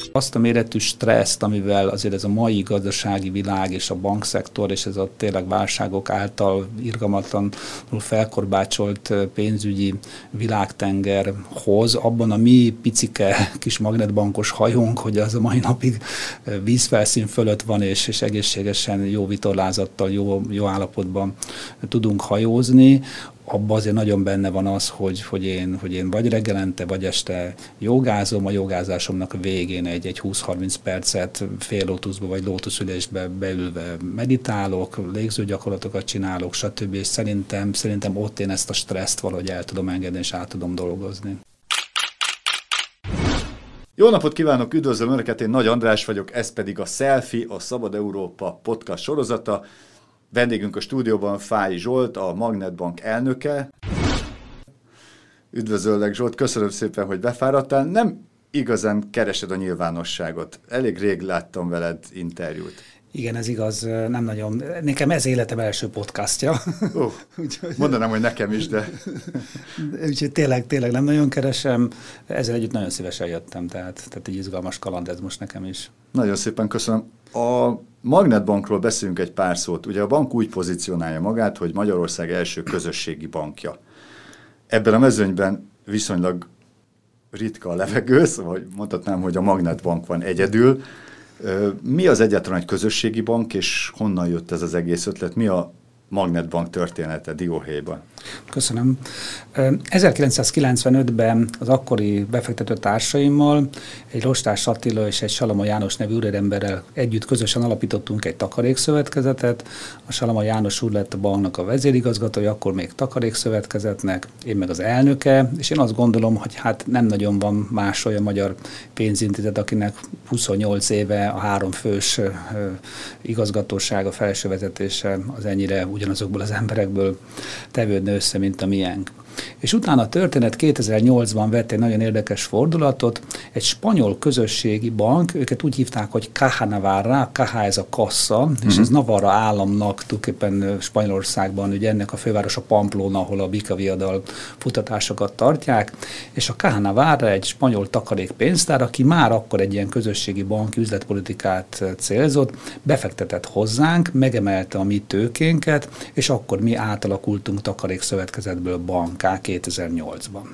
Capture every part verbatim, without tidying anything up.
Azt a méretű stresszt, amivel azért ez a mai gazdasági világ és a bankszektor és ez a tényleg válságok által irgalmatlanul felkorbácsolt pénzügyi világtenger hoz, abban a mi picike kis magnetbankos hajónk, hogy az a mai napig vízfelszín fölött van, és, és egészségesen jó vitorlázattal, jó, jó állapotban tudunk hajózni, abban azért nagyon benne van az, hogy, hogy, én, hogy én vagy reggelente, vagy este jogázom, a jogázásomnak a végén egy, egy húsz-harminc percet fél lótuszba vagy lótuszülésbe beülve meditálok, légzőgyakorlatokat csinálok, stb. És szerintem, szerintem ott én ezt a stresszt valahogy el tudom engedni, és át tudom dolgozni. Jó napot kívánok, üdvözlöm Önöket, én Nagy András vagyok, ez pedig a Selfie, a Szabad Európa podcast sorozata. Vendégünk a stúdióban Fáy Zsolt, a Magnetbank elnöke. Üdvözöllek, Zsolt, köszönöm szépen, hogy befáradtál. Nem igazán keresed a nyilvánosságot. Elég rég láttam veled interjút. Igen, ez igaz, nem nagyon. Nekem ez életem első podcastja. Uh, mondanám, hogy nekem is, de... Úgyhogy tényleg, tényleg nem nagyon keresem. Ezzel együtt nagyon szívesen jöttem, tehát, tehát egy izgalmas kaland ez most nekem is. Nagyon szépen köszönöm. A Magnetbankról beszélünk egy pár szót. Ugye a bank úgy pozícionálja magát, hogy Magyarország első közösségi bankja. Ebben a mezőnyben viszonylag ritka a levegő, szóval mondhatnám, hogy a Magnetbank van egyedül. Mi az egyáltalán egy közösségi bank, és honnan jött ez az egész ötlet? Mi a Magnetbank története Dióhéjban? Köszönöm. ezerkilencszázkilencvenötben az akkori befektető társaimmal egy Rostás Attila és egy Salama János nevű úremberrel együtt közösen alapítottunk egy takarékszövetkezetet. A Salama János úr lett a banknak a vezérigazgatója, akkor még takarékszövetkezetnek, én meg az elnöke, és én azt gondolom, hogy hát nem nagyon van más olyan magyar pénzintézet, akinek huszonnyolc éve a három fős igazgatósága, felső vezetése az ennyire ugyanazokból az emberekből tevődne össze, mint a miénk. És utána a történet kétezer-nyolcban vett egy nagyon érdekes fordulatot, egy spanyol közösségi bank, őket úgy hívták, hogy Caja Navarra, Caja ez a kassa, uh-huh. és ez Navarra államnak tulajdonképpen Spanyolországban, ugye ennek a fővárosa Pamplona, ahol a bikaviadal futatásokat tartják, és a Caja Navarra egy spanyol takarékpénztár, aki már akkor egy ilyen közösségi banki üzletpolitikát célzott, befektetett hozzánk, megemelte a mi tőkénket, és akkor mi átalakultunk takarékszövetkezetből banká kétezer-nyolcban.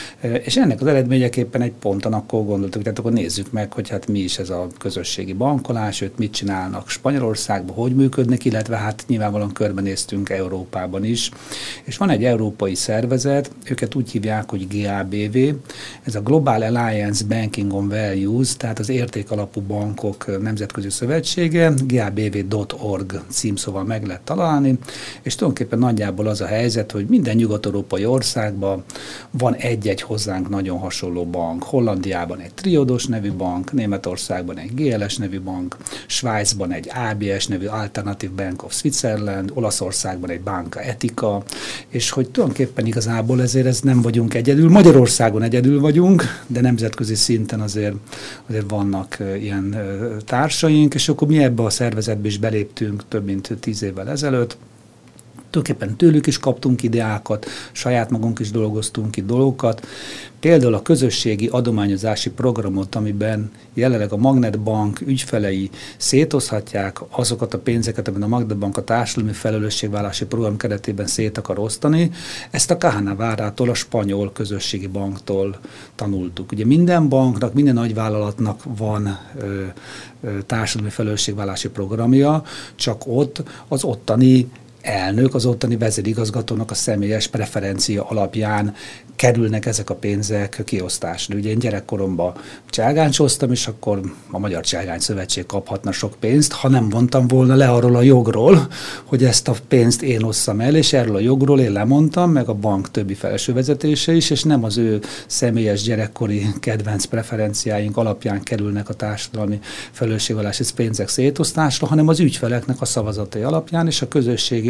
És ennek az eredményeképpen egy ponton akkor gondoltuk, tehát akkor nézzük meg, hogy hát mi is ez a közösségi bankolás, őt mit csinálnak Spanyolországban, hogy működnek, illetve hát nyilvánvalóan körbenéztünk Európában is. És van egy európai szervezet, őket úgy hívják, hogy gé á bé vé, ez a Global Alliance Banking on Values, tehát az értékalapú bankok nemzetközi szövetsége, gé á bé vé pont org címszóval meg lehet találni, és tulajdonképpen nagyjából az a helyzet, hogy minden nyugat-európai országban van egy-egy hozzánk nagyon hasonló bank. Hollandiában egy Triodos nevű bank, Németországban egy gé el es nevű bank, Svájcban egy á bé es nevű Alternative Bank of Switzerland, Olaszországban egy Banca Etica, és hogy tulajdonképpen igazából ezért ez nem vagyunk egyedül. Magyarországon egyedül vagyunk, de nemzetközi szinten azért, azért vannak ilyen társaink, és akkor mi ebbe a szervezetbe is beléptünk több mint tíz évvel ezelőtt. Tulajdonképpen tőlük is kaptunk ideákat, saját magunk is dolgoztunk ki dolgokat. Például a közösségi adományozási programot, amiben jelenleg a Magnetbank ügyfelei szétozhatják azokat a pénzeket, amit a Magnetbank a társadalmi felelősségvállalási program keretében szét akar osztani, ezt a Caja Navarrától, a spanyol közösségi banktól tanultuk. Ugye minden banknak, minden nagyvállalatnak van ö, ö, társadalmi felelősségvállalási programja, csak ott az ottani elnök, az ottani vezérigazgatónak a személyes preferencia alapján kerülnek ezek a pénzek kiosztásra. Ugye én gyerekkoromban cselgáncsoztam, és akkor a Magyar Cselgány Szövetség kaphatna sok pénzt, ha nem vontam volna le arról a jogról, hogy ezt a pénzt én osszam el, és erről a jogról én lemondtam, meg a bank többi felső vezetése is, és nem az ő személyes gyerekkori kedvenc preferenciáink alapján kerülnek a társadalmi felelősségvállalási pénzek szétosztásra, hanem az ügyfeleknek a szavazatai alapján, és a közösségi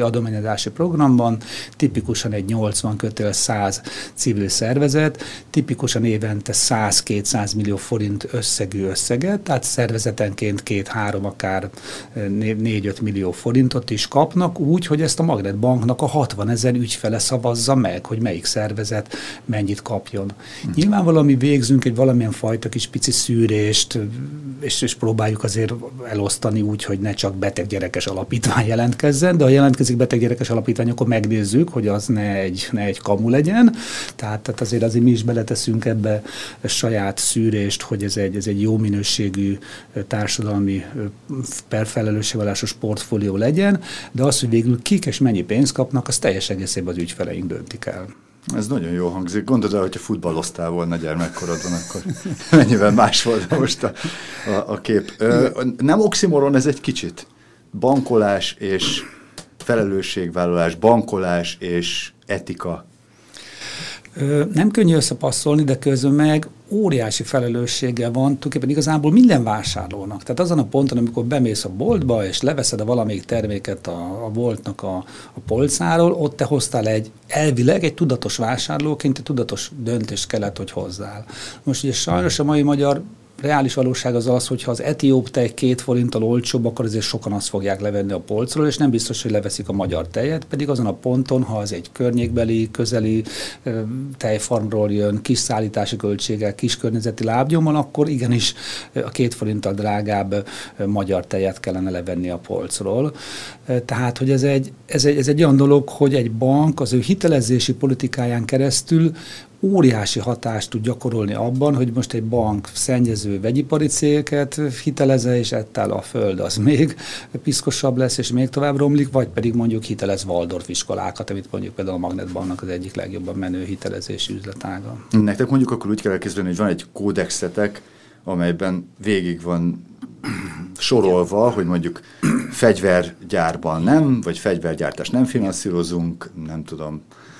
adományozási programban, tipikusan egy nyolcvan kötően száz civil szervezet, tipikusan évente száz-kétszáz millió forint összegű összeget, tehát szervezetenként két-három, akár négy-öt millió forintot is kapnak, úgy, hogy ezt a Magnetbanknak a hatvanezer ügyfele szavazza meg, hogy melyik szervezet mennyit kapjon. Hmm. Nyilvánvalóan mi végzünk egy valamilyen fajta kis pici szűrést, és, és próbáljuk azért elosztani úgy, hogy ne csak beteggyerekes alapítvány jelentkezzen, de ha jelentkezik beteggyerekes alapítvány, akkor megnézzük, hogy az ne egy, ne egy kamu legyen. Tehát, tehát azért azért mi is beleteszünk ebbe saját szűrést, hogy ez egy, ez egy jó minőségű társadalmi felelősségvállalásos portfólió legyen, de az, hogy végül kik és mennyi pénzt kapnak, az teljes egészében az ügyfeleink döntik el. Ez nagyon jó hangzik. Gondolod el, hogyha futballoztál volna gyermekkorodban, akkor mennyivel más volt most a, a, a kép. Ö, nem oximoron ez egy kicsit? Bankolás és felelősségvállalás, bankolás és etika. Nem könnyű összepasszolni, de közben meg óriási felelőssége van tulajdonképpen igazából minden vásárlónak. Tehát azon a ponton, amikor bemész a boltba, és leveszed a valamelyik terméket a, a boltnak a, a polcáról, ott te hoztál egy, elvileg egy tudatos vásárlóként, egy tudatos döntést kellett, hogy hozzál. Most ugye sajnos a mai magyar reális valóság az az, hogy ha az etióp tej két forinttal olcsóbb, akkor azért sokan azt fogják levenni a polcról, és nem biztos, hogy leveszik a magyar tejet, pedig azon a ponton, ha az egy környékbeli, közeli tejfarmról jön, kis szállítási költséggel, kis környezeti lábnyommal, akkor igenis a két forinttal drágább magyar tejet kellene levenni a polcról. Tehát, hogy ez egy, ez egy, ez egy olyan dolog, hogy egy bank az ő hitelezési politikáján keresztül óriási hatást tud gyakorolni abban, hogy most egy bank szennyező vegyipari cégeket hiteleze, és ettől a föld az még piszkosabb lesz, és még tovább romlik, vagy pedig mondjuk hitelez Waldorf iskolákat, amit mondjuk például a Magnetbanknak az egyik legjobban menő hitelezési üzletága. Nektek mondjuk akkor úgy kell elképzelni, hogy van egy kódexetek, amelyben végig van sorolva, hogy mondjuk fegyvergyárban nem, vagy fegyvergyártást nem finanszírozunk, nem tudom,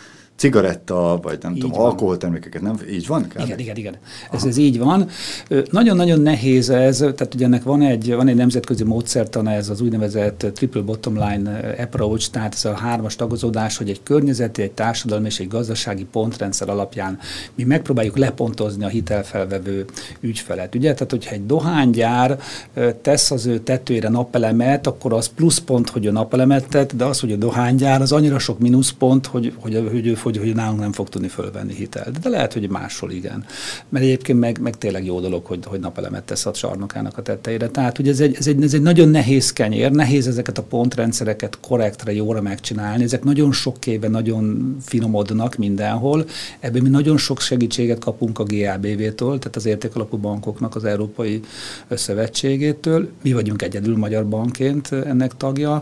cigaretta, vagy nem így tudom, van. Alkoholtermékeket nem, így van? Kb? Igen, igen, igen. Ez, ez így van. Nagyon-nagyon nehéz ez, tehát ugye ennek van egy, van egy nemzetközi módszertana, ez az úgynevezett triple bottom line approach, tehát ez a hármas tagozódás, hogy egy környezeti, egy társadalmi és egy gazdasági pontrendszer alapján mi megpróbáljuk lepontozni a hitelfelvevő ügyfelet. Ugye, tehát hogyha egy dohánygyár tesz az ő tetőjére napelemet, akkor az pluszpont, hogy a napelemet tett, de az, hogy a dohánygyár, az annyira sok mínuszpont, hogy, hogy, hogy ő Hogy, hogy nálunk nem fog tudni fölvenni hitelt. De lehet, hogy máshol igen. Mert egyébként meg, meg tényleg jó dolog, hogy, hogy napelemet tesz a csarnokának a tetejére. Tehát, hogy ez egy, ez, egy, ez egy nagyon nehéz kenyér, nehéz ezeket a pontrendszereket korrektre, jóra megcsinálni. Ezek nagyon sok éve nagyon finomodnak mindenhol. Ebben mi nagyon sok segítséget kapunk a gé á bé vé-től, tehát az értékalapú bankoknak az Európai Szövetségétől. Mi vagyunk egyedül magyar bankként ennek tagja,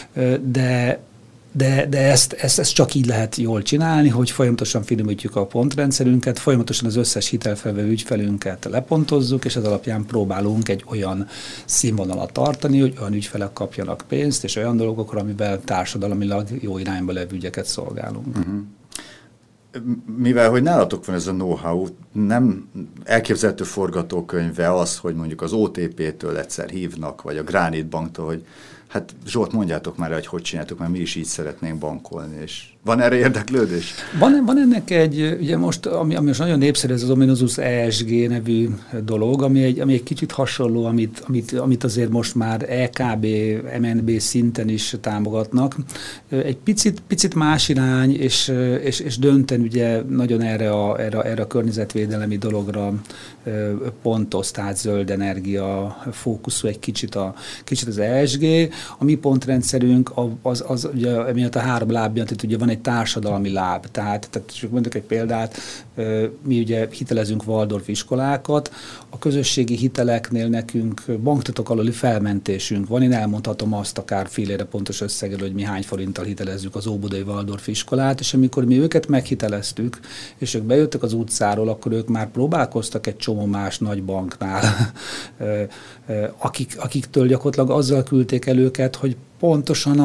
de De, de ezt, ezt, ezt csak így lehet jól csinálni, hogy folyamatosan finomítjuk a pontrendszerünket, folyamatosan az összes hitelfelvevő ügyfelünket lepontozzuk, és ez alapján próbálunk egy olyan színvonalat tartani, hogy olyan ügyfelek kapjanak pénzt, és olyan dolgokra, amivel társadalmilag jó irányba levő ügyeket szolgálunk. Uh-huh. Mivel, hogy nálatok van ez a know-how, nem elképzelhető forgatókönyve az, hogy mondjuk az o té pé-től egyszer hívnak, vagy a Granite Banktól, hogy hát Zsolt, mondjátok már, hogy hogy csináltok, mert mi is így szeretnénk bankolni, és van erre érdeklődés? Van, van ennek egy, ugye most, ami, ami most nagyon népszerű, ez az ominózus é es gé nevű dolog, ami egy, ami egy kicsit hasonló, amit, amit, amit azért most már é ká bé, em en bé szinten is támogatnak. Egy picit, picit más irány, és, és, és dönten ugye nagyon erre a, erre, erre a környezetvédelemi dologra pontoz, tehát zöld energia fókuszú egy kicsit, a, kicsit az é es gé. A mi pontrendszerünk az, az ugye emiatt a három láb miatt, ugye van egy társadalmi láb, tehát, tehát csak mondok egy példát, mi ugye hitelezünk Waldorf iskolákat, a közösségi hiteleknél nekünk banktitok aluli felmentésünk van, én elmondhatom azt akár félére pontos összeggel, hogy mi hány forinttal hitelezzük az óbudai Waldorf iskolát, és amikor mi őket meghiteleztük, és ők bejöttek az utcáról, akkor ők már próbálkoztak egy csomó más nagy banknál, akik, akiktől gyakorlatilag azzal küldték el őket, hogy pontosan a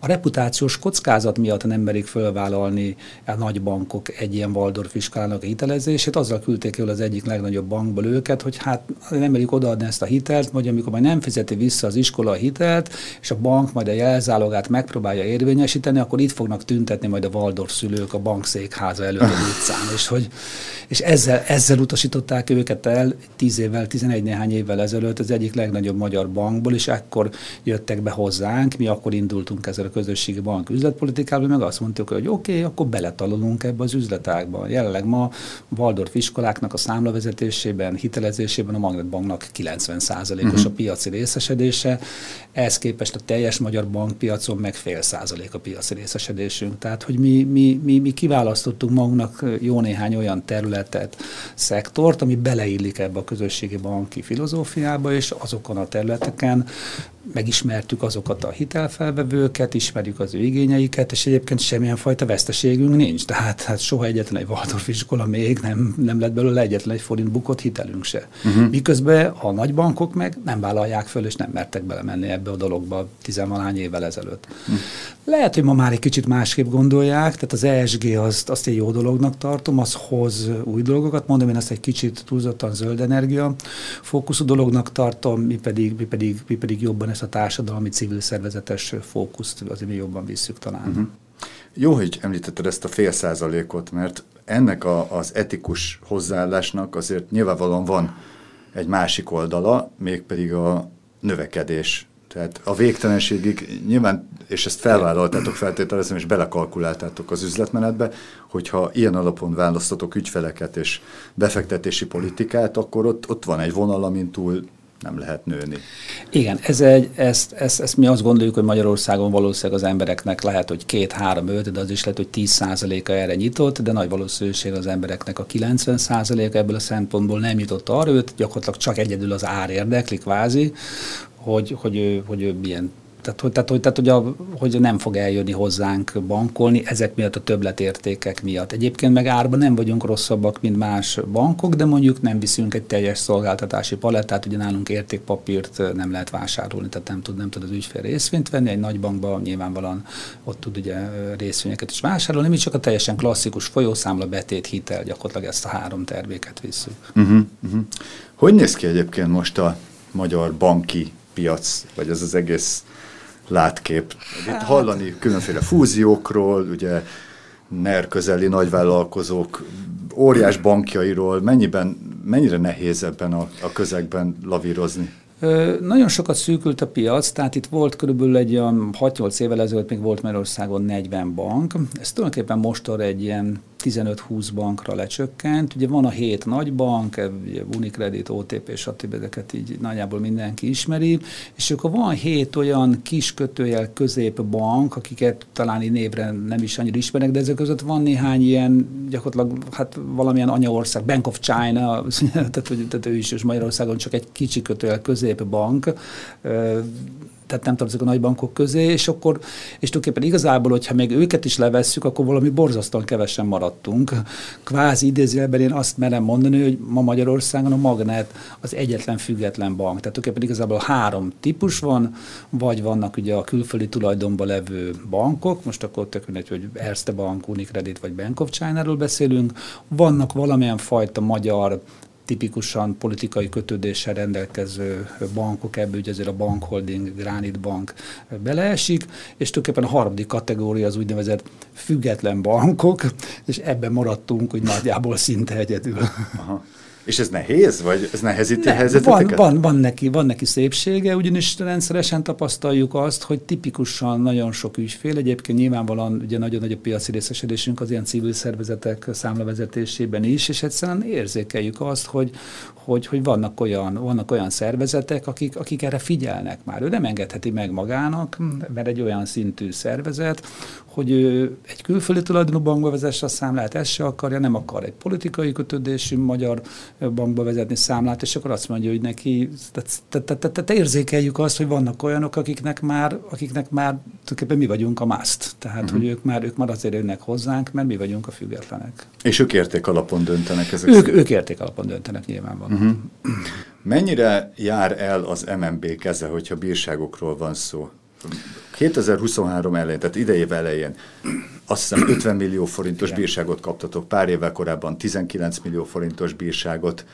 A reputációs kockázat miatt nem merik fölvállalni a nagy bankok egy ilyen Waldorf iskolának a hitelezését, azzal küldték el az egyik legnagyobb bankból őket, hogy hát nem merik odaadni ezt a hitelt, vagy amikor majd nem fizeti vissza az iskola a hitelt, és a bank majd a jelzálogát megpróbálja érvényesíteni, akkor itt fognak tüntetni majd a Waldorf szülők a bankszékháza előtt az utcán. És, hogy, és ezzel, ezzel utasították őket el tíz évvel, tizenegy néhány évvel ezelőtt az egyik legnagyobb magyar bankból, és ekkor jöttek be hozzánk, mi akkor indultunk ezzel a közösségi bank üzletpolitikával, meg azt mondtuk, hogy oké, okay, akkor beletalolunk ebbe az üzletágba. Jelenleg ma Waldorf iskoláknak a számlavezetésében, hitelezésében a Magnetbanknak kilencven százalékos uh-huh. a piaci részesedése, ehhez képest a teljes magyar bankpiacon meg fél százalék a piaci részesedésünk. Tehát, hogy mi, mi, mi, mi kiválasztottunk magunknak jó néhány olyan területet, szektort, ami beleillik ebbe a közösségi banki filozófiába, és azokon a területeken megismertük azokat a hitelfelvevőket, ismerjük az ő igényeiket, és egyébként semmilyen fajta veszteségünk nincs. Tehát hát soha egyetlen egy Waldorf iskola még nem, nem lett belőle egyetlen egy forint bukott hitelünk se. Uh-huh. Miközben a nagybankok meg nem vállalják föl, és nem mertek belemenni ebbe a dologba tizenvalány évvel ezelőtt. Uh-huh. Lehet, hogy ma már egy kicsit másképp gondolják, tehát az E S G azt, azt egy jó dolognak tartom, az hoz új dolgokat, mondom, én ezt egy kicsit túlzottan zöld energia fókuszú dolognak tartom, mi pedig, mi pedig, mi pedig jobban ezt a társadalmi civil szervezetes fókuszt azért mi jobban visszük talán. Uh-huh. Jó, hogy említetted ezt a fél százalékot, mert ennek a, az etikus hozzáállásnak azért nyilvánvalóan van egy másik oldala, mégpedig a növekedés. Tehát a végtelenségig nyilván, és ezt felvállaltátok, feltételezem, és belekalkuláltátok az üzletmenetbe, hogyha ilyen alapon választatok ügyfeleket és befektetési politikát, akkor ott, ott van egy vonal, amin túl nem lehet nőni. Igen, ez egy, ezt, ezt, ezt mi azt gondoljuk, hogy Magyarországon valószínűleg az embereknek lehet, hogy két, három, öt, de az is lehet, hogy tíz százaléka erre nyitott, de nagy valószínűség az embereknek a kilencven százaléka ebből a szempontból nem nyitott arra, őt gyakorlatilag csak egyedül az ár érdekli, kvázi, hogy, hogy, ő, hogy ő milyen. Tehát, hogy, tehát, hogy, tehát hogy, a, hogy nem fog eljönni hozzánk bankolni ezek miatt, a többletértékek miatt. Egyébként meg árban nem vagyunk rosszabbak, mint más bankok, de mondjuk nem viszünk egy teljes szolgáltatási palettát, ugye nálunk értékpapírt nem lehet vásárolni, tehát nem tud, nem tud az ügyfél részvényt venni. Egy nagy bankban nyilvánvalóan ott tud ugye részvényeket is vásárolni, mi csak a teljesen klasszikus folyószámla, betét, hitel, gyakorlatilag ezt a három terméket visszük. Uh-huh, uh-huh. Hogy néz ki egyébként most a magyar banki piac, vagy ez az egész látkép? Itt hallani különféle fúziókról, ugye N E R közeli nagyvállalkozók óriás bankjairól, mennyiben, mennyire nehéz ebben a, a közegben lavírozni? Ö, nagyon sokat szűkült a piac, tehát itt volt körülbelül egy olyan hat-nyolc évvel ezelőtt még volt Magyarországon negyven bank, ez tulajdonképpen mostanra egy ilyen tizenöt-húsz bankra lecsökkent. Ugye van a hét nagy bank, Unicredit, o té pé, stb. Ezeket így nagyjából mindenki ismeri, és akkor van hét olyan kis kötőjel középbank, akiket talán így névre nem is annyira ismernek, de ezek között van néhány ilyen gyakorlatilag hát valamilyen anyaország, Bank of China, tehát, tehát ő is, és Magyarországon csak egy kicsi kötőjel középbank, tehát nem tartozik a nagy bankok közé, és akkor, és tulajdonképpen igazából, hogyha még őket is levesszük, akkor valami borzasztóan kevesen maradtunk. Kvázi idézőjelben én azt merem mondani, hogy ma Magyarországon a Magnet az egyetlen független bank. Tehát tulajdonképpen igazából három típus van, vagy vannak ugye a külföldi tulajdonban levő bankok, most akkor tök mindegy, hogy Erste Bank, Unicredit vagy Bank of China-ról beszélünk, vannak valamilyen fajta magyar tipikusan politikai kötődéssel rendelkező bankok, ebből ugye azért a Bankholding, Granit Bank beleesik, és tulajdonképpen a harmadik kategória az úgynevezett független bankok, és ebben maradtunk, hogy nagyjából szinte egyedül. Aha. És ez nehéz, vagy ez nehezíti a Van, helyzeteket? van, van, neki, van neki szépsége, ugyanis rendszeresen tapasztaljuk azt, hogy tipikusan nagyon sok ügyfél, egyébként nyilvánvalóan ugye nagyon nagy a piaci részesedésünk az ilyen civil szervezetek számlavezetésében is, és egyszerűen érzékeljük azt, hogy, hogy, hogy vannak, olyan, vannak olyan szervezetek, akik, akik erre figyelnek már. Ő nem engedheti meg magának, mert egy olyan szintű szervezet, hogy ő egy külföldi tulajdonú bankba vezesse a számlát, ezt se akarja, nem akar egy politikai kötődésű magyar bankba vezetni számlát, és akkor azt mondja, hogy neki, tehát érzékeljük azt, hogy vannak olyanok, akiknek már, akiknek már tulajdonképpen mi vagyunk a must. Tehát, uh-huh. hogy ők már, ők már azért jönnek hozzánk, mert mi vagyunk a függetlenek. És ők érték alapon döntenek ezek? Ők, ők érték alapon döntenek nyilvánvalóan. Uh-huh. Mennyire jár el az em en bé keze, hogyha bírságokról van szó? kétezer-huszonhárom elején, tehát idejév elején azt hiszem ötven millió forintos Igen. bírságot kaptatok, pár évvel korábban tizenkilenc millió forintos bírságot.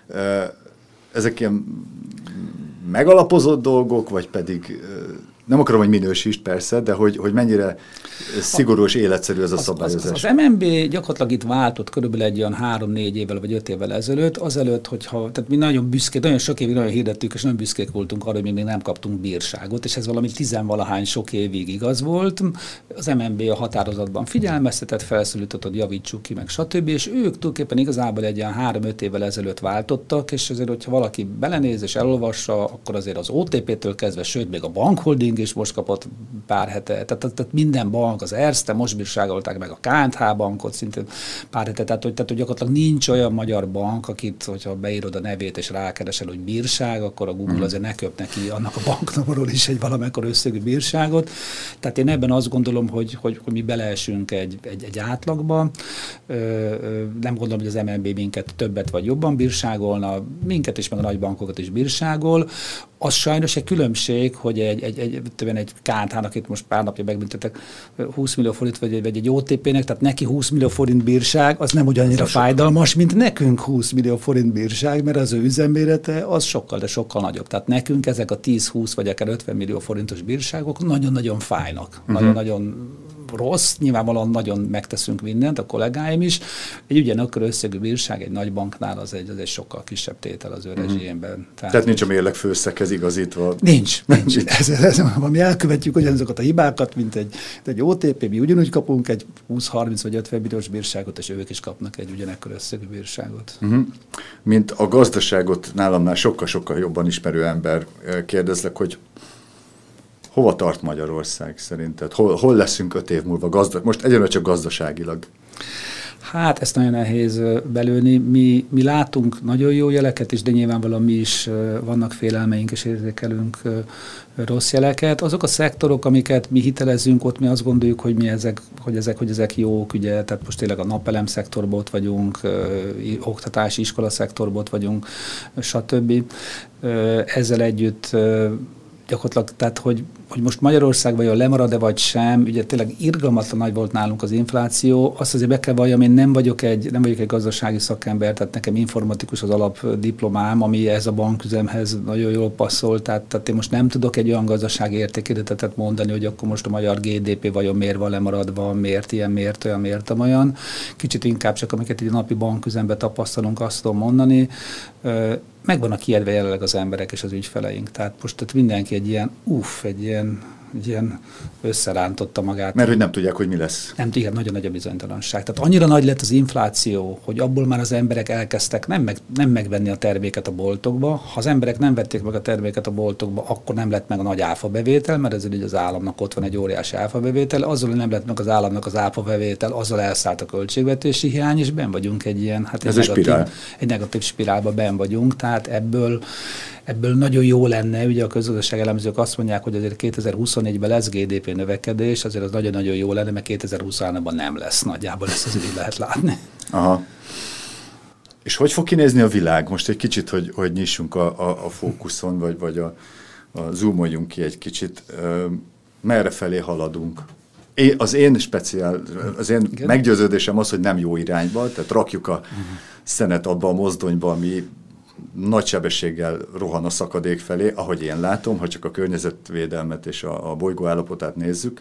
Ezek ilyen megalapozott dolgok, vagy pedig nem akarom, hogy minősítsd persze, de hogy, hogy mennyire szigorú és életszerű ez a szabályozás. Az, az, az em en bé gyakorlatilag itt váltott körülbelül egy olyan három-négy évvel vagy öt évvel ezelőtt, azelőtt, hogyha, tehát mi nagyon büszkék, nagyon sok évig nagyon hirdettük, és nagyon büszkék voltunk arra, hogy mi még nem kaptunk bírságot, és ez valami tizenvalahány sok évig igaz volt. Az em en bé a határozatban figyelmeztetett, felszólított, javítsuk ki, meg stb. És ők tulajdonképpen igazából egy ilyen három-öt évvel ezelőtt váltottak, és azért, hogyha valaki belenéz és elolvassa, akkor azért az o té pé-től kezdve, sőt, még a bankholding is most kapott pár hete, tehát, tehát, tehát minden bank, az Erste, most bírságolták meg a ká en há bankot szintén pár hete, tehát hogy, tehát, hogy gyakorlatilag nincs olyan magyar bank, akit, hogyha beírod a nevét és rákeresel, hogy bírság, akkor a Google mm. azért ne köp neki annak a banknak is egy valamekkor összegű bírságot. Tehát én ebben azt gondolom, hogy, hogy, hogy mi beleesünk egy, egy, egy átlagba. Ö, ö, nem gondolom, hogy az em en bé minket többet vagy jobban bírságolna, minket is, meg a nagy bankokat is bírságol. Az sajnos egy különbség, hogy egy, egy, egy, egy ká en há-nak itt most pár napja megbüntettek húsz millió forint, vagy, vagy egy o té pé-nek, tehát neki húsz millió forint bírság, az nem ugyannyira fájdalmas, mint nekünk húsz millió forint bírság, mert az ő üzemmérete az sokkal, de sokkal nagyobb. Tehát nekünk ezek a tíz-húsz vagy akár ötven millió forintos bírságok nagyon-nagyon fájnak. Uh-huh. Nagyon-nagyon rossz, nyilvánvalóan nagyon megteszünk mindent, a kollégáim is. Egy ugyanakkor összegű bírság egy nagy banknál az egy, az egy sokkal kisebb tétel az ő rezsijénben. Mm. Tehát, Tehát nincs a mérleg főszeghez igazítva. Nincs. nincs. ez, ez, ez, mi elkövetjük ugyanazokat a hibákat, mint egy, egy o té pé, mi ugyanúgy kapunk egy húsz-harminc vagy ötven milliós bírságot, és ők is kapnak egy ugyanakkor összegű bírságot. Mm-hmm. Mint a gazdaságot nálamnál sokkal-sokkal jobban ismerő ember, kérdezlek, hogy hova tart Magyarország szerinted? Hol, hol leszünk öt év múlva? Gazda, most egyelőre csak gazdaságilag. Hát ezt nagyon nehéz belőni. Mi, mi látunk nagyon jó jeleket is, de nyilvánvalóan mi is vannak félelmeink, és érzékelünk rossz jeleket. Azok a szektorok, amiket mi hitelezünk, ott mi azt gondoljuk, hogy mi ezek, hogy ezek, hogy ezek jók, ugye, tehát most tényleg a napelem szektorból ott vagyunk, oktatási iskola szektorból ott vagyunk, stb. Ezzel együtt gyakorlatilag, tehát hogy, hogy most Magyarország vajon lemarad-e vagy sem, ugye tényleg irgalmatlan nagy volt nálunk az infláció, azt azért be kell valljam, én nem vagyok egy, nem vagyok egy gazdasági szakember, tehát nekem informatikus az alapdiplomám, ami ez a banküzemhez nagyon jól passzol, tehát, tehát én most nem tudok egy olyan gazdasági értékítéletet mondani, hogy akkor most a magyar gé dé pé vajon miért van lemaradva, miért ilyen, miért olyan, miért olyan. Kicsit inkább csak amiket egy napi banküzemben tapasztalunk, azt tudom mondani. Meg vannak ijedve jelenleg az emberek és az ügyfeleink. Tehát most tehát mindenki egy ilyen, uff, egy ilyen, egy ilyen összerántotta magát. Mert hogy nem tudják, hogy mi lesz. Nem tudják, nagyon nagy a bizonytalanság. Tehát annyira nagy lett az infláció, hogy abból már az emberek elkezdtek nem, meg, nem megvenni a terméket a boltokba. Ha az emberek nem vették meg a terméket a boltokba, akkor nem lett meg a nagy áfabevétel, mert ezzel így az államnak ott van egy óriási áfabevétel. Azzal, hogy nem lett meg az államnak az áfabevétel, azzal elszállt a költségvetési hiány, és benn vagyunk egy ilyen, hát egy, Ez negatív, spirál. egy negatív spirálba benn vagyunk. Tehát ebből Ebből nagyon jó lenne, ugye a közgazdaság elemzők azt mondják, hogy azért kétezer-huszonnégyben lesz gé dé pé növekedés, azért az nagyon-nagyon jó lenne, mert kétezer-huszonháromban nem lesz nagyjából, ezt azért így lehet látni. Aha. És hogy fog kinézni a világ? Most egy kicsit, hogy, hogy nyissunk a, a, a fókuszon, vagy, vagy a, a zoomoljunk ki egy kicsit. Merre felé haladunk? Én, az én speciál, az én Igen? meggyőződésem az, hogy nem jó irányba, tehát rakjuk a uh-huh. szenet abba a mozdonyba, ami nagy sebességgel rohan a szakadék felé, ahogy én látom, ha csak a környezetvédelmet és a, a bolygó állapotát nézzük.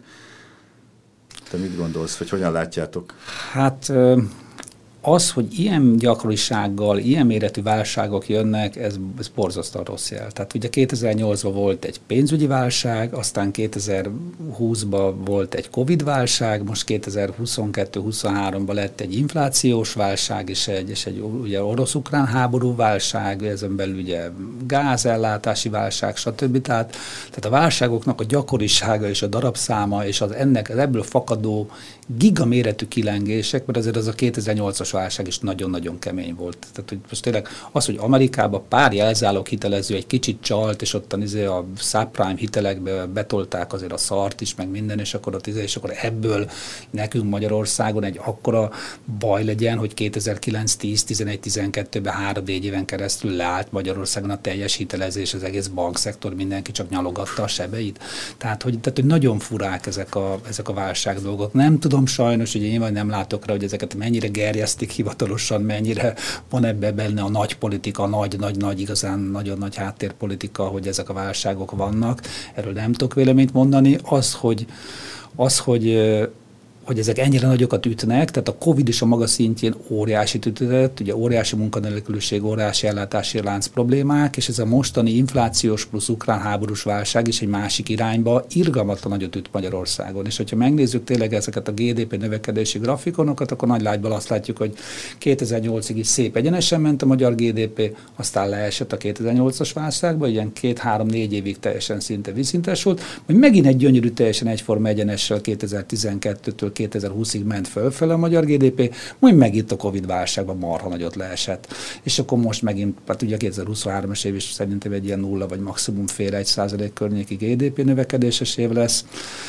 Te mit gondolsz, vagy hogyan látjátok? Hát az, hogy ilyen gyakorisággal, ilyen méretű válságok jönnek, ez, ez borzasztóan rossz jel. Tehát ugye kétezer-nyolcban volt egy pénzügyi válság, aztán kétezer-húszban volt egy Covid-válság, most kétezer-huszonkettő-huszonháromban lett egy inflációs válság, és egy, és egy ugye orosz-ukrán háború válság, ezen belül ugye gázellátási válság, stb. Tehát, tehát a válságoknak a gyakorisága és a darabszáma, és az ennek, az ebből fakadó gigaméretű kilengések, mert azért az a kétezer-nyolcas válság is nagyon-nagyon kemény volt. Tehát, hogy most tényleg az, hogy Amerikában pár jelzálók hitelező egy kicsit csalt, és ottan izé a subprime hitelekbe betolták azért a szart is, meg minden, és akkor ott izé, és akkor ebből nekünk Magyarországon egy akkora baj legyen, hogy kétezer-kilenc, tíz, tizenegy, tizenkettőben három-négy éven keresztül leállt Magyarországon a teljes hitelezés, az egész bankszektor, mindenki csak nyalogatta a sebeit. Tehát, hogy, tehát, hogy nagyon furák ezek a, ezek a válság dolgok. Nem tudom sajnos, hogy én vagy nem látok rá, hogy ezeket mennyire gerjesztik hivatalosan, mennyire van ebben benne a nagy politika, nagy-nagy-nagy, igazán nagyon nagy háttérpolitika, hogy ezek a válságok vannak. Erről nem tudok véleményt mondani. Az, hogy, az, hogy hogy ezek ennyire nagyokat ütnek, tehát a Covid is a maga szintjén óriásit ütött, ugye óriási munkanélküliség, óriási ellátási lánc problémák, és ez a mostani inflációs plusz ukrán háborús válság is egy másik irányba irgalmatlan nagyot üt Magyarországon. És hogyha megnézzük tényleg ezeket a gé dé pé növekedési grafikonokat, akkor nagy lágyban azt látjuk, hogy kétezer-nyolcig is szép egyenesen ment a magyar gé dé pé, aztán leesett a kétezer-nyolcas válságba, ilyen két-három-négy évig teljesen szinte vízszintes volt, majd megint egy gyönyörű, teljesen egyforma egyenessel kétezer-tizenkettőtől kétezer-húszig ment fölfele a magyar gé dé pé, majd megint a Covid válságban marha nagyot leesett. És akkor most megint, hát ugye a kétezer-huszonhármas év is szerintem egy ilyen nulla vagy maximum fél egy százalék környéki gé dé pé növekedéses év lesz.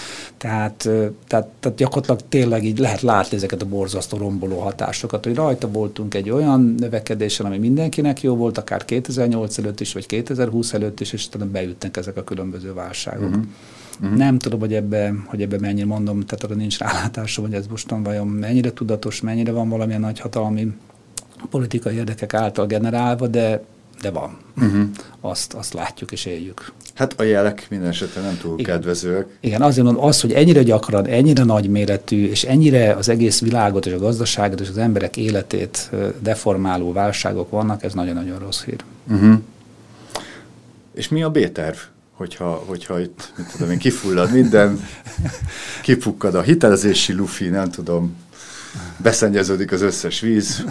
Tehát, tehát, tehát gyakorlatilag tényleg így lehet látni ezeket a borzasztó romboló hatásokat, hogy rajta voltunk egy olyan növekedésen, ami mindenkinek jó volt, akár kétezer-nyolc előtt is, vagy kétezer-húsz előtt is, és utána beütnek ezek a különböző válságok. Uh-huh. Uh-huh. Nem tudom, hogy ebbe, hogy ebbe mennyire mondom, tehát arra nincs rálátásom, hogy ez mostan vajon mennyire tudatos, mennyire van valamilyen nagyhatalmi politikai érdekek által generálva, de, de van. Uh-huh. Azt, azt látjuk és éljük. Hát a jelek minden esetre nem túl Igen. kedvezőek. Igen, azért mondom, az, hogy ennyire gyakran, ennyire nagyméretű, és ennyire az egész világot, és a gazdaságot, és az emberek életét deformáló válságok vannak, ez nagyon-nagyon rossz hír. Uh-huh. És mi a B-terv? Hogyha, hogyha itt, mit tudom én, kifullad minden, kipukkad a hitelezési lufi, nem tudom, beszennyeződik az összes víz,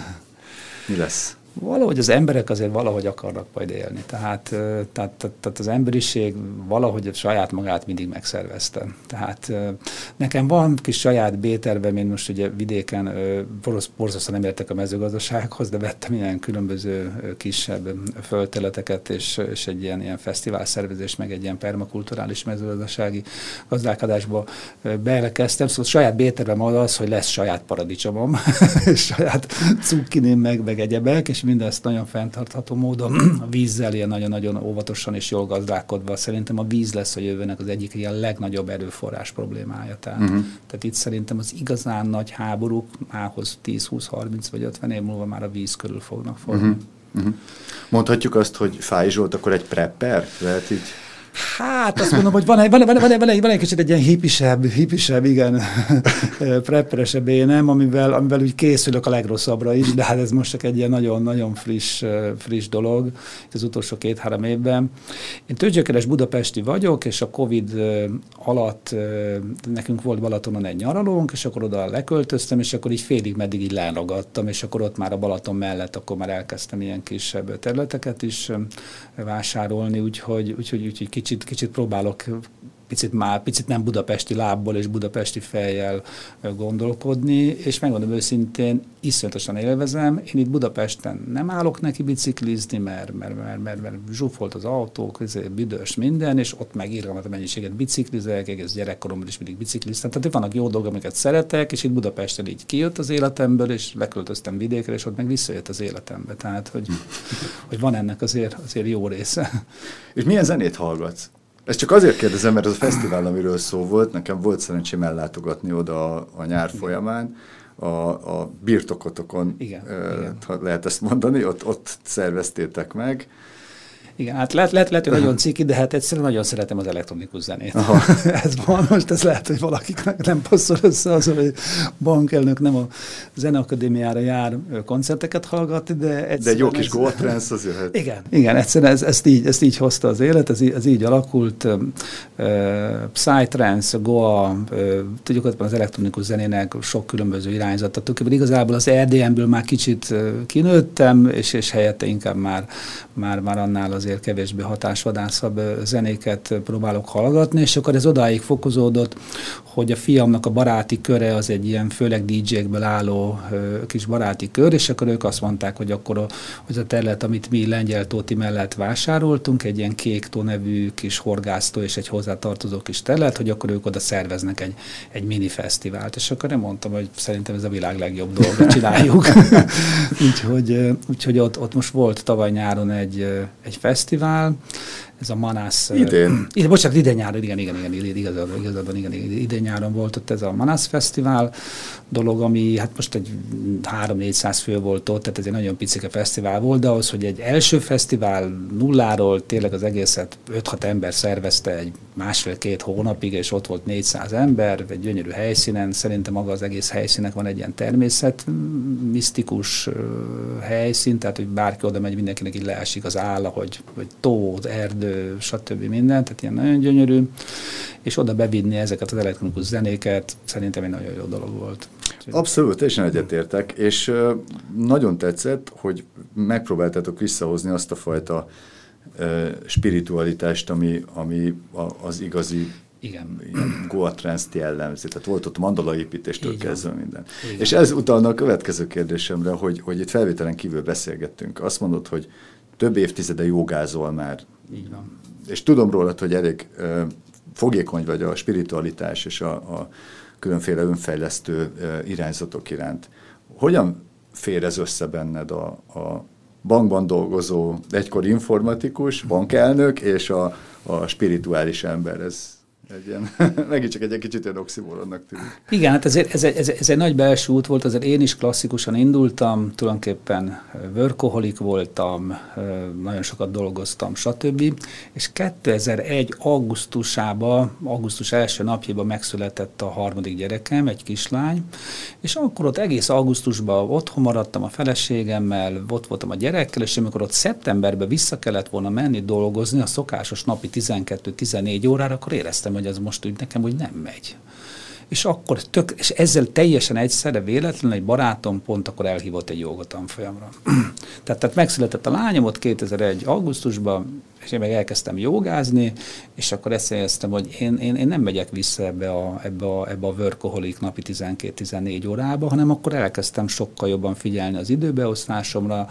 mi lesz? Valahogy az emberek azért valahogy akarnak majd élni. Tehát, tehát, tehát, tehát az emberiség valahogy a saját magát mindig megszervezte. Tehát nekem van kis saját B-tervem, én most ugye vidéken borzasztóan nem értek a mezőgazdasághoz, de vettem ilyen különböző kisebb földterületeket, és, és egy ilyen, ilyen fesztivál szervezés, meg egy ilyen permakulturális mezőgazdasági gazdálkodásba belekezdtem. Szóval saját B-tervem az, hogy lesz saját paradicsomom, és saját cukkinim, meg, meg egyebek, és mindezt nagyon fenntartható módon, a vízzel ilyen nagyon-nagyon óvatosan és jól gazdálkodva. Szerintem a víz lesz a jövőnek az egyik ilyen legnagyobb erőforrás problémája. Tehát, uh-huh. tehát itt szerintem az igazán nagy háborúk mához tíz, húsz, harminc vagy ötven év múlva már a víz körül fognak fogni. Uh-huh. Uh-huh. Mondhatjuk azt, hogy Fáy Zsolt akkor egy prepper? Lehet így? Hát azt mondom, hogy van egy, van, van, van, van, egy, van egy kicsit egy ilyen hippisebb, hippisebb, igen, prepperesebb énem, amivel, amivel úgy készülök a legrosszabbra is, de hát ez most csak egy ilyen nagyon-nagyon friss, friss dolog az utolsó két-három évben. Én tőzsgyökeres budapesti vagyok, és a Covid alatt nekünk volt Balatonon egy nyaralónk, és akkor oda leköltöztem, és akkor így félig meddig így leragadtam, és akkor ott már a Balaton mellett akkor már elkezdtem ilyen kisebb területeket is vásárolni, úgyhogy, úgyhogy, úgyhogy kicsit, kicsit próbálok picit már, picit nem budapesti lábból és budapesti fejjel gondolkodni, és megmondom őszintén, iszonyatosan élvezem. Én itt Budapesten nem állok neki biciklizni, mert, mert, mert, mert, mert zsúfolt az autók, büdös minden, és ott meg irgalmat a mennyiséget biciklizek, egész gyerekkoromban is mindig bicikliztem. Tehát vannak jó dolgok, amiket szeretek, és itt Budapesten így kijött az életemből, és leköltöztem vidékre, és ott meg visszajött az életembe. Tehát, hogy, hogy van ennek azért, azért jó része. És milyen zenét hallgatsz? Ezt csak azért kérdezem, mert az a fesztivál, amiről szó volt, nekem volt szerencsém ellátogatni oda a, a nyár folyamán, a, a birtokotokon, igen, e, igen. ha lehet ezt mondani, ott, ott szerveztétek meg. Igen, hát lehet, lehet, lehet hogy nagyon ciki, de hát egyszerűen nagyon szeretem az elektronikus zenét. Ez van, most ez lehet, hogy valakiknek nem passzol össze az, hogy bankelnök nem a Zeneakadémiára jár koncerteket hallgatni, de egyszerűen... De egy jó kis ez... goa trance az jöhet. Igen, igen, egyszerűen ez, ezt, így, ezt így hozta az élet, ez, ez így alakult. Uh, Psytrance, goa, uh, tudjuk, hogy az elektronikus zenének sok különböző irányzata. Tulajdonképpen igazából az er dé em-ből már kicsit uh, kinőttem, és, és helyette inkább már, már, már annál az azért kevésbé hatásvadászabb zenéket próbálok hallgatni, és akkor ez odáig fokozódott, hogy a fiamnak a baráti köre az egy ilyen főleg dé dzsékből álló ö, kis baráti kör, és akkor ők azt mondták, hogy akkor a, az a terület, amit mi Lengyel Tóti mellett vásároltunk, egy ilyen Kék tó nevű kis horgásztó és egy hozzátartozó kis terület, hogy akkor ők oda szerveznek egy, egy mini fesztivált. És akkor én mondtam, hogy szerintem ez a világ legjobb dolga, csináljuk. úgyhogy úgyhogy ott, ott most volt tavaly nyáron egy, egy fesztivál, ez a Manász... Idén. Ide, bocsánat, idén nyáron, igen, igen, igen, igen igazabban, igazabban igen, idén nyáron volt ott ez a Manász Fesztivál dolog, ami hát most egy három-négyszáz fő volt ott, tehát ez egy nagyon picike fesztivál volt, de ahhoz, hogy egy első fesztivál nulláról tényleg az egészet öt-hat ember szervezte egy másfél-két hónapig, és ott volt négyszáz ember, egy gyönyörű helyszínen, szerintem maga az egész helyszínek van egy ilyen természet, misztikus helyszín, tehát hogy bárki oda megy, mindenkinek így leesik az álla, hogy, hogy tó, erdő, stb. Minden, tehát ilyen nagyon gyönyörű, és oda bevinni ezeket az elektronikus zenéket, szerintem egy nagyon jó dolog volt. Abszolút, teljesen egyetértek, és uh, nagyon tetszett, hogy megpróbáltátok visszahozni azt a fajta uh, spiritualitást, ami, ami a, az igazi igen. Goa Trance-t jellemzi. Tehát volt ott mandalaépítéstől kezdve minden. Igen. És ez utalna a következő kérdésemre, hogy, hogy itt felvételen kívül beszélgettünk. Azt mondod, hogy több évtizede jogázol már. Így van. És tudom rólad, hogy elég uh, fogékony vagy a spiritualitás és a, a különféle önfejlesztő uh, irányzatok iránt. Hogyan fér ez össze benned a, a bankban dolgozó, egykor informatikus, bankelnök és a, a spirituális ember? Ez egy ilyen, megint csak egy, egy kicsit ilyen oximoronnak tűnik. Igen, hát ez, ez, ez, ez egy nagy belső út volt, azért én is klasszikusan indultam, tulajdonképpen workaholic voltam, nagyon sokat dolgoztam, stb. És kétezer-egy augusztusában, augusztus első napjában megszületett a harmadik gyerekem, egy kislány, és akkor ott egész augusztusban otthon maradtam a feleségemmel, ott voltam a gyerekkel, és amikor ott szeptemberben vissza kellett volna menni dolgozni a szokásos napi tizenkettő-tizennégy órára, akkor éreztem, hogy ez most úgy nekem úgy nem megy. És akkor tök, és ezzel teljesen egyszerre véletlenül egy barátom pont akkor elhívott egy jóga tanfolyamra. tehát, tehát megszületett a lányom ott kétezer-egy augusztusban, és én meg elkezdtem jogázni, és akkor ezt éreztem, hogy én, én, én nem megyek vissza ebbe a, ebbe a, ebbe a workaholic napi tizenkét-tizennégy órába, hanem akkor elkezdtem sokkal jobban figyelni az időbeosztásomra,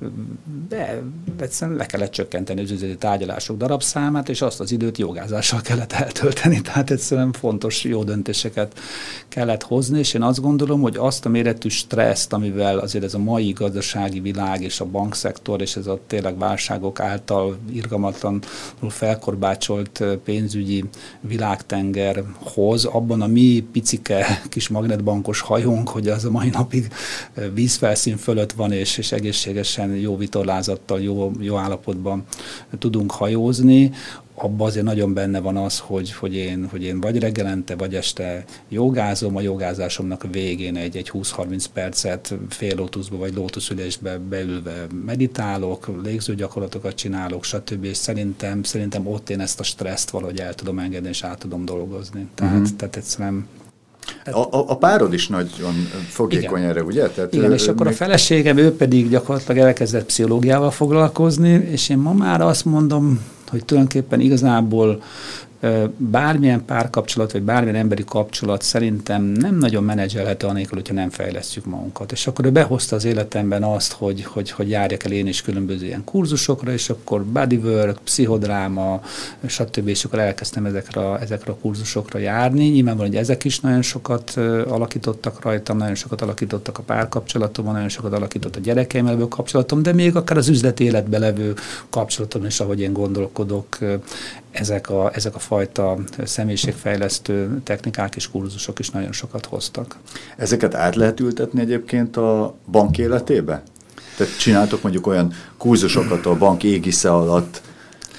de egyszerűen le kellett csökkenteni az üzleti tárgyalások darabszámát, és azt az időt jogázással kellett eltölteni, tehát egyszerűen fontos, jó döntéseket kellett hozni, és én azt gondolom, hogy azt a méretű stresszt, amivel azért ez a mai gazdasági világ és a bankszektor, és ez a tényleg válságok által irgalmatlanul felkorbácsolt pénzügyi világtenger hoz, abban a mi picike kis magnetbankos hajónk, hogy az a mai napig vízfelszín fölött van, és, és egészségesen jó vitorlázattal, jó, jó állapotban tudunk hajózni, abban azért nagyon benne van az, hogy, hogy, én, hogy én vagy reggelente, vagy este jogázom, a jogázásomnak a végén egy, egy húsz-harminc percet fél lótuszba, vagy lótuszülésbe beülve meditálok, légzőgyakorlatokat csinálok, stb. És szerintem, szerintem ott én ezt a stresszt valahogy el tudom engedni, és át tudom dolgozni. Tehát, uh-huh. tehát egyszerűen... A, a, a párod is nagyon fogékony erre, ugye? Tehát igen, ő, és akkor még... a feleségem, ő pedig gyakorlatilag elkezdett pszichológiával foglalkozni, és én ma már azt mondom, hogy tulajdonképpen igazából bármilyen párkapcsolat, vagy bármilyen emberi kapcsolat szerintem nem nagyon menedzselhető anélkül, hogyha nem fejlesztjük magunkat. És akkor ő behozta az életemben azt, hogy, hogy, hogy járjak el én is különböző ilyen kurzusokra, és akkor bodywork, pszichodráma, stb. És akkor elkezdtem ezekre, ezekre a kurzusokra járni. Nyilvánvalóan, hogy ezek is nagyon sokat alakítottak rajtam, nagyon sokat alakítottak a párkapcsolatomon, nagyon sokat alakított a gyerekeimmel levő kapcsolatom, de még akár az üzleti életben levő kapcsolatom is, ahogy én gondolkodok, ezek a, ezek a fajta személyiségfejlesztő technikák és kurzusok is nagyon sokat hoztak. Ezeket át lehet ültetni egyébként a bank életébe? Tehát csináltok mondjuk olyan kurzusokat a bank égisze alatt,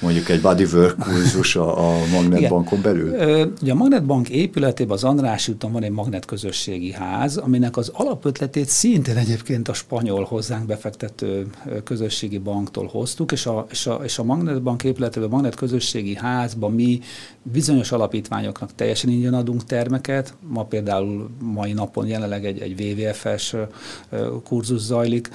mondjuk egy bodywork kurzus a, a Magnetbankon belül? Ugye a Magnetbank épületében az Andrássy úton van egy magnetközösségi ház, aminek az alapötletét szintén egyébként a spanyol hozzánk befektető közösségi banktól hoztuk, és a, és a, és a Magnetbank épületében, a magnetközösségi házban mi bizonyos alapítványoknak teljesen ingyen adunk termeket. Ma például mai napon jelenleg egy, egy vé vé ef-es kurzus zajlik,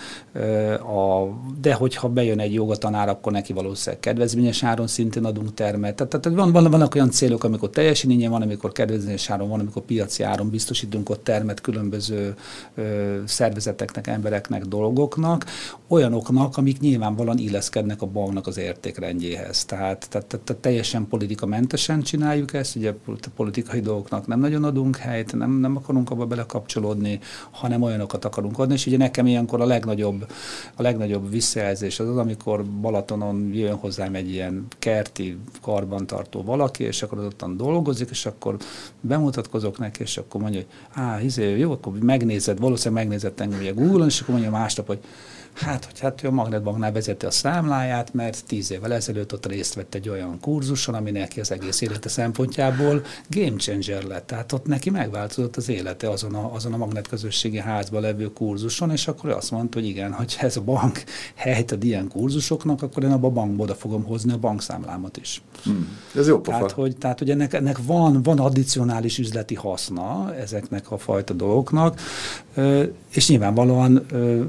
de hogyha bejön egy jogatanár, akkor neki valószínűleg kedvezményes áron szintén adunk termet. Tehát, tehát van, van, vannak olyan célok, amikor teljesen ingyen van, amikor kedvezményes áron van, amikor piaci áron biztosítunk ott termet különböző ö, szervezeteknek, embereknek, dolgoknak, olyanoknak, amik nyilvánvalóan illeszkednek a banknak az értékrendjéhez. Tehát, tehát, tehát teljesen politikamentesen csináljuk ezt, ugye politikai dolgoknak nem nagyon adunk helyt, nem, nem akarunk abba belekapcsolódni, hanem olyanokat akarunk adni, és ugye nekem ilyenkor a legnagyobb, a legnagyobb visszajelzés az az, amikor Balatonon jön hozzám egy ilyen kerti karbantartó valaki, és akkor ottan dolgozik, és akkor bemutatkozok neki, és akkor mondja, hogy á, izé, jó, akkor megnézed, valószínűleg megnézett engem ugye Google-on, és akkor mondja másnap, hogy hát, hogy hát ő a Magnetbanknál vezeti a számláját, mert tíz évvel ezelőtt ott részt vett egy olyan kurzuson, ami neki az egész élete szempontjából game changer lett. Tehát ott neki megváltozott az élete azon a, azon a magnetközösségi házban levő kurzuson, és akkor ő azt mondta, hogy igen, hogy ez a bank helyt ad ilyen kurzusoknak, akkor én abba a bankba oda fogom hozni a bankszámlámat is. Hmm. Ez jó pofa. Tehát, hogy, tehát, hogy ennek, ennek van, van addicionális üzleti haszna ezeknek a fajta dolgoknak, és nyilvánvalóan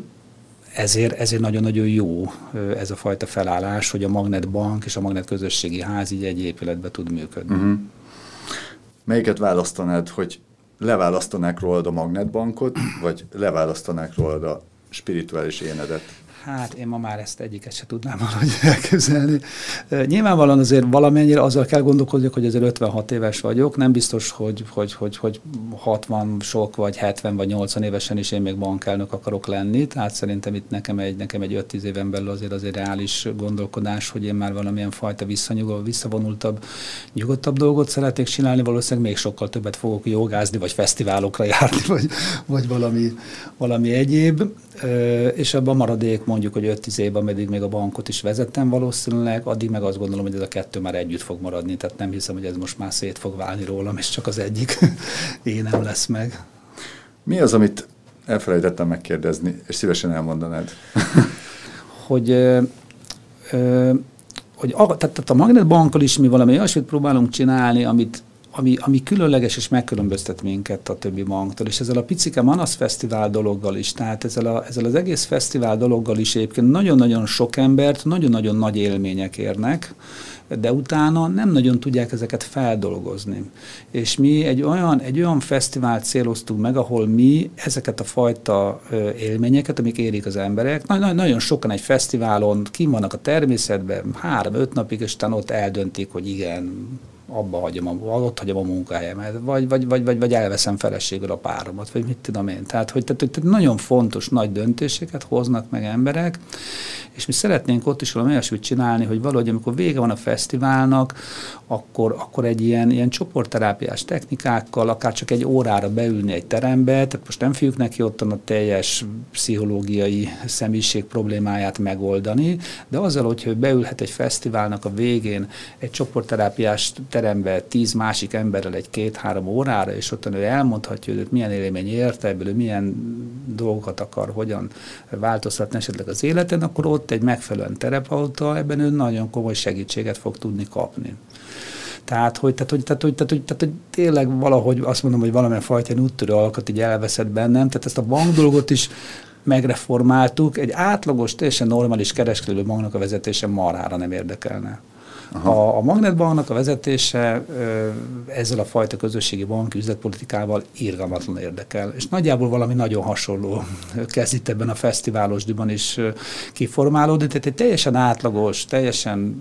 Ezért, ezért nagyon-nagyon jó ez a fajta felállás, hogy a Magnetbank és a Magnetközösségi Ház így egy épületben tud működni. Uh-huh. Melyiket választanád, hogy leválasztanák rólad a Magnetbankot, vagy leválasztanák rólad a spirituális énedet? Hát én ma már ezt egyiket se tudnám valahogy elképzelni. Nyilvánvalóan azért valamennyire azzal kell gondolkodjak, hogy azért ötvenhat éves vagyok, nem biztos, hogy, hogy, hogy, hogy hatvan sok, vagy hetven, vagy nyolcvan évesen is én még bankelnök akarok lenni, tehát szerintem itt nekem egy, nekem egy öt-tíz éven belül azért azért reális gondolkodás, hogy én már valamilyen fajta visszanyugol, visszavonultabb, nyugodtabb dolgot szeretnék csinálni, valószínűleg még sokkal többet fogok jogázni, vagy fesztiválokra járni, vagy, vagy valami, valami egyéb, és abban maradék mondjuk, hogy öt-tíz évben meddig még a bankot is vezettem valószínűleg, addig meg azt gondolom, hogy ez a kettő már együtt fog maradni, tehát nem hiszem, hogy ez most már szét fog válni rólam, és csak az egyik én nem lesz meg. Mi az, amit elfelejtettem megkérdezni, és szívesen elmondanád? hogy, ö, ö, hogy a, tehát a Magnetbankkal is mi valami olyasmit próbálunk csinálni, amit Ami, ami különleges és megkülönböztet minket a többi banktól, és ezzel a picike Manasz Fesztivál dologgal is, tehát ezzel, a, ezzel az egész fesztivál dologgal is egyébként nagyon-nagyon sok embert, nagyon-nagyon nagy élmények érnek, de utána nem nagyon tudják ezeket feldolgozni. És mi egy olyan, egy olyan fesztivált céloztunk meg, ahol mi ezeket a fajta élményeket, amik érik az emberek, na, nagyon sokan egy fesztiválon kim vannak a természetben, három-öt napig, és utána ott eldöntik, hogy igen, abba hagyom, a, ott hagyom a munkahelyemet, vagy, vagy, vagy, vagy, vagy elveszem feleségül a páromat, vagy mit tudom én. Tehát, hogy tehát, tehát nagyon fontos nagy döntéseket hoznak meg emberek, és mi szeretnénk ott is valami olyasmit csinálni, hogy valahogy amikor vége van a fesztiválnak, akkor, akkor egy ilyen, ilyen csoportterápiás technikákkal, akár csak egy órára beülni egy terembe, tehát most nem fogjuk neki ottan a teljes pszichológiai személyiség problémáját megoldani, de azzal, hogyha ő beülhet egy fesztiválnak a végén egy csoportterápiás terembe tíz másik emberrel egy két-három órára, és ottan ő elmondhatja, hogy milyen élmény érte ebből, ő milyen dolgokat akar, hogyan változtatni esetleg az életen, akkor ott egy megfelelően terapeuta, ebben ő nagyon komoly segítséget fog tudni kapni. Tehát, hogy, tehát, hogy, tehát, hogy, tehát, hogy, tehát, hogy tényleg valahogy azt mondom, hogy valamilyen fajta úttörő alkat így elveszett bennem, tehát ezt a bank dolgot is megreformáltuk, egy átlagos, teljesen normális kereskedő banknak a vezetése marhára nem érdekelne. A, a Magnetbanknak a vezetése ö, ezzel a fajta közösségi banki üzletpolitikával irgalmatlan érdekel. És nagyjából valami nagyon hasonló kezd itt ebben a fesztiválosdiban is ö, kiformálódni. Tehát egy teljesen átlagos, teljesen,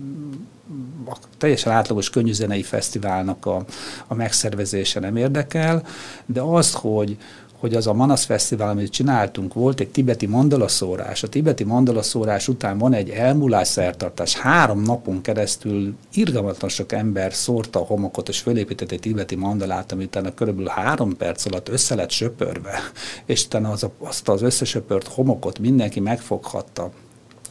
teljesen átlagos könnyűzenei fesztiválnak a, a megszervezése nem érdekel, de azt, hogy hogy az a Manasz Fesztivál, amit csináltunk, volt egy tibeti mandalaszórás. A tibeti mandalaszórás után van egy elmúlás szertartás. Három napon keresztül irgalmatlan sok ember szórta a homokot, és fölépített egy tibeti mandalát, ami utána körülbelül három perc alatt össze lett söpörve, és utána az a, azt az összesöpört homokot mindenki megfoghatta,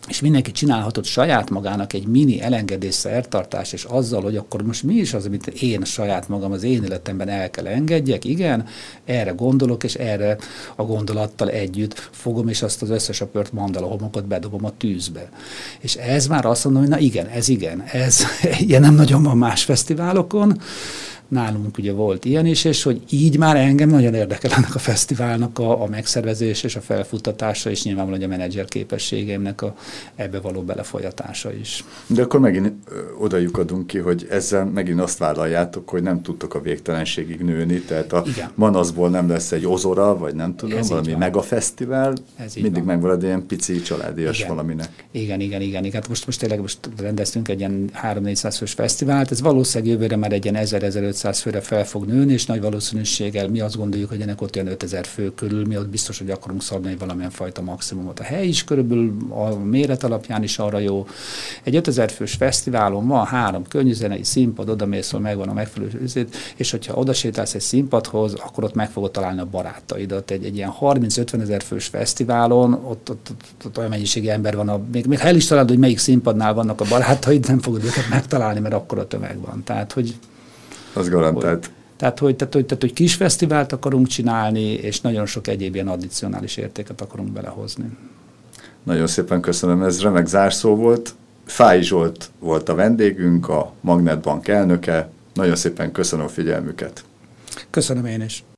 és mindenki csinálhatott saját magának egy mini elengedés szertartás, és azzal, hogy akkor most mi is az, amit én saját magam az én életemben el kell engedjek, igen, erre gondolok, és erre a gondolattal együtt fogom, és azt az összes a pört mandala homokot bedobom a tűzbe. És ez már azt mondom, hogy na igen, ez igen, ez ilyen nem nagyon van más fesztiválokon. Nálunk ugye volt ilyen is, és hogy így már engem nagyon érdekel ennek a fesztiválnak a, a megszervezés és a felfuttatása, és nyilvánvalóan a menedzser képességeimnek a ebbe való belefolyatása is. De akkor megint oda lyukadunk ki, hogy ezzel megint azt vállaljátok, hogy nem tudtok a végtelenségig nőni, tehát a Igen. Manaszból nem lesz egy Ozora, vagy nem tudom, ez valami megafesztivál, mindig megmarad ilyen pici családias igen. valaminek. Igen, igen, igen. igen. Hát most, most tényleg most rendeztünk egy ilyen három-négyszáz fős fesztivált, ez valószínűleg jövőre már egy ilyen ezer-ezerötszáz főre fel fog nőni, és nagy valószínűséggel mi azt gondoljuk, hogy ennek ott ilyen ötezer fő körül, mi ott biztos, hogy akarunk szabni valamilyen fajta maximumot. A hely is körülbelül a méret alapján is arra jó. Egy ötezer fős fesztiválon van három könnyűzenei színpad, oda mész, megvan a megfelelő üzlet, és hogyha oda sétálsz egy színpadhoz, akkor ott meg fogod találni a barátaidat. Egy, egy ilyen harminc-ötven ezer fős fesztiválon, ott, ott, ott, ott olyan mennyiségű ember van, a, még, még ha el is találod, hogy melyik színpadnál vannak a barátaid, nem fogod őket megtalálni, mert akkor a tömeg van. Tehát, hogy az garantált. Hogy, tehát, hogy, tehát, hogy, tehát, hogy kis fesztivált akarunk csinálni, és nagyon sok egyéb ilyen addicionális értéket akarunk belehozni. Nagyon szépen köszönöm, ez remek zárszó volt. Fáy Zsolt volt a vendégünk, a Magnet Bank elnöke. Nagyon szépen köszönöm a figyelmüket. Köszönöm én is.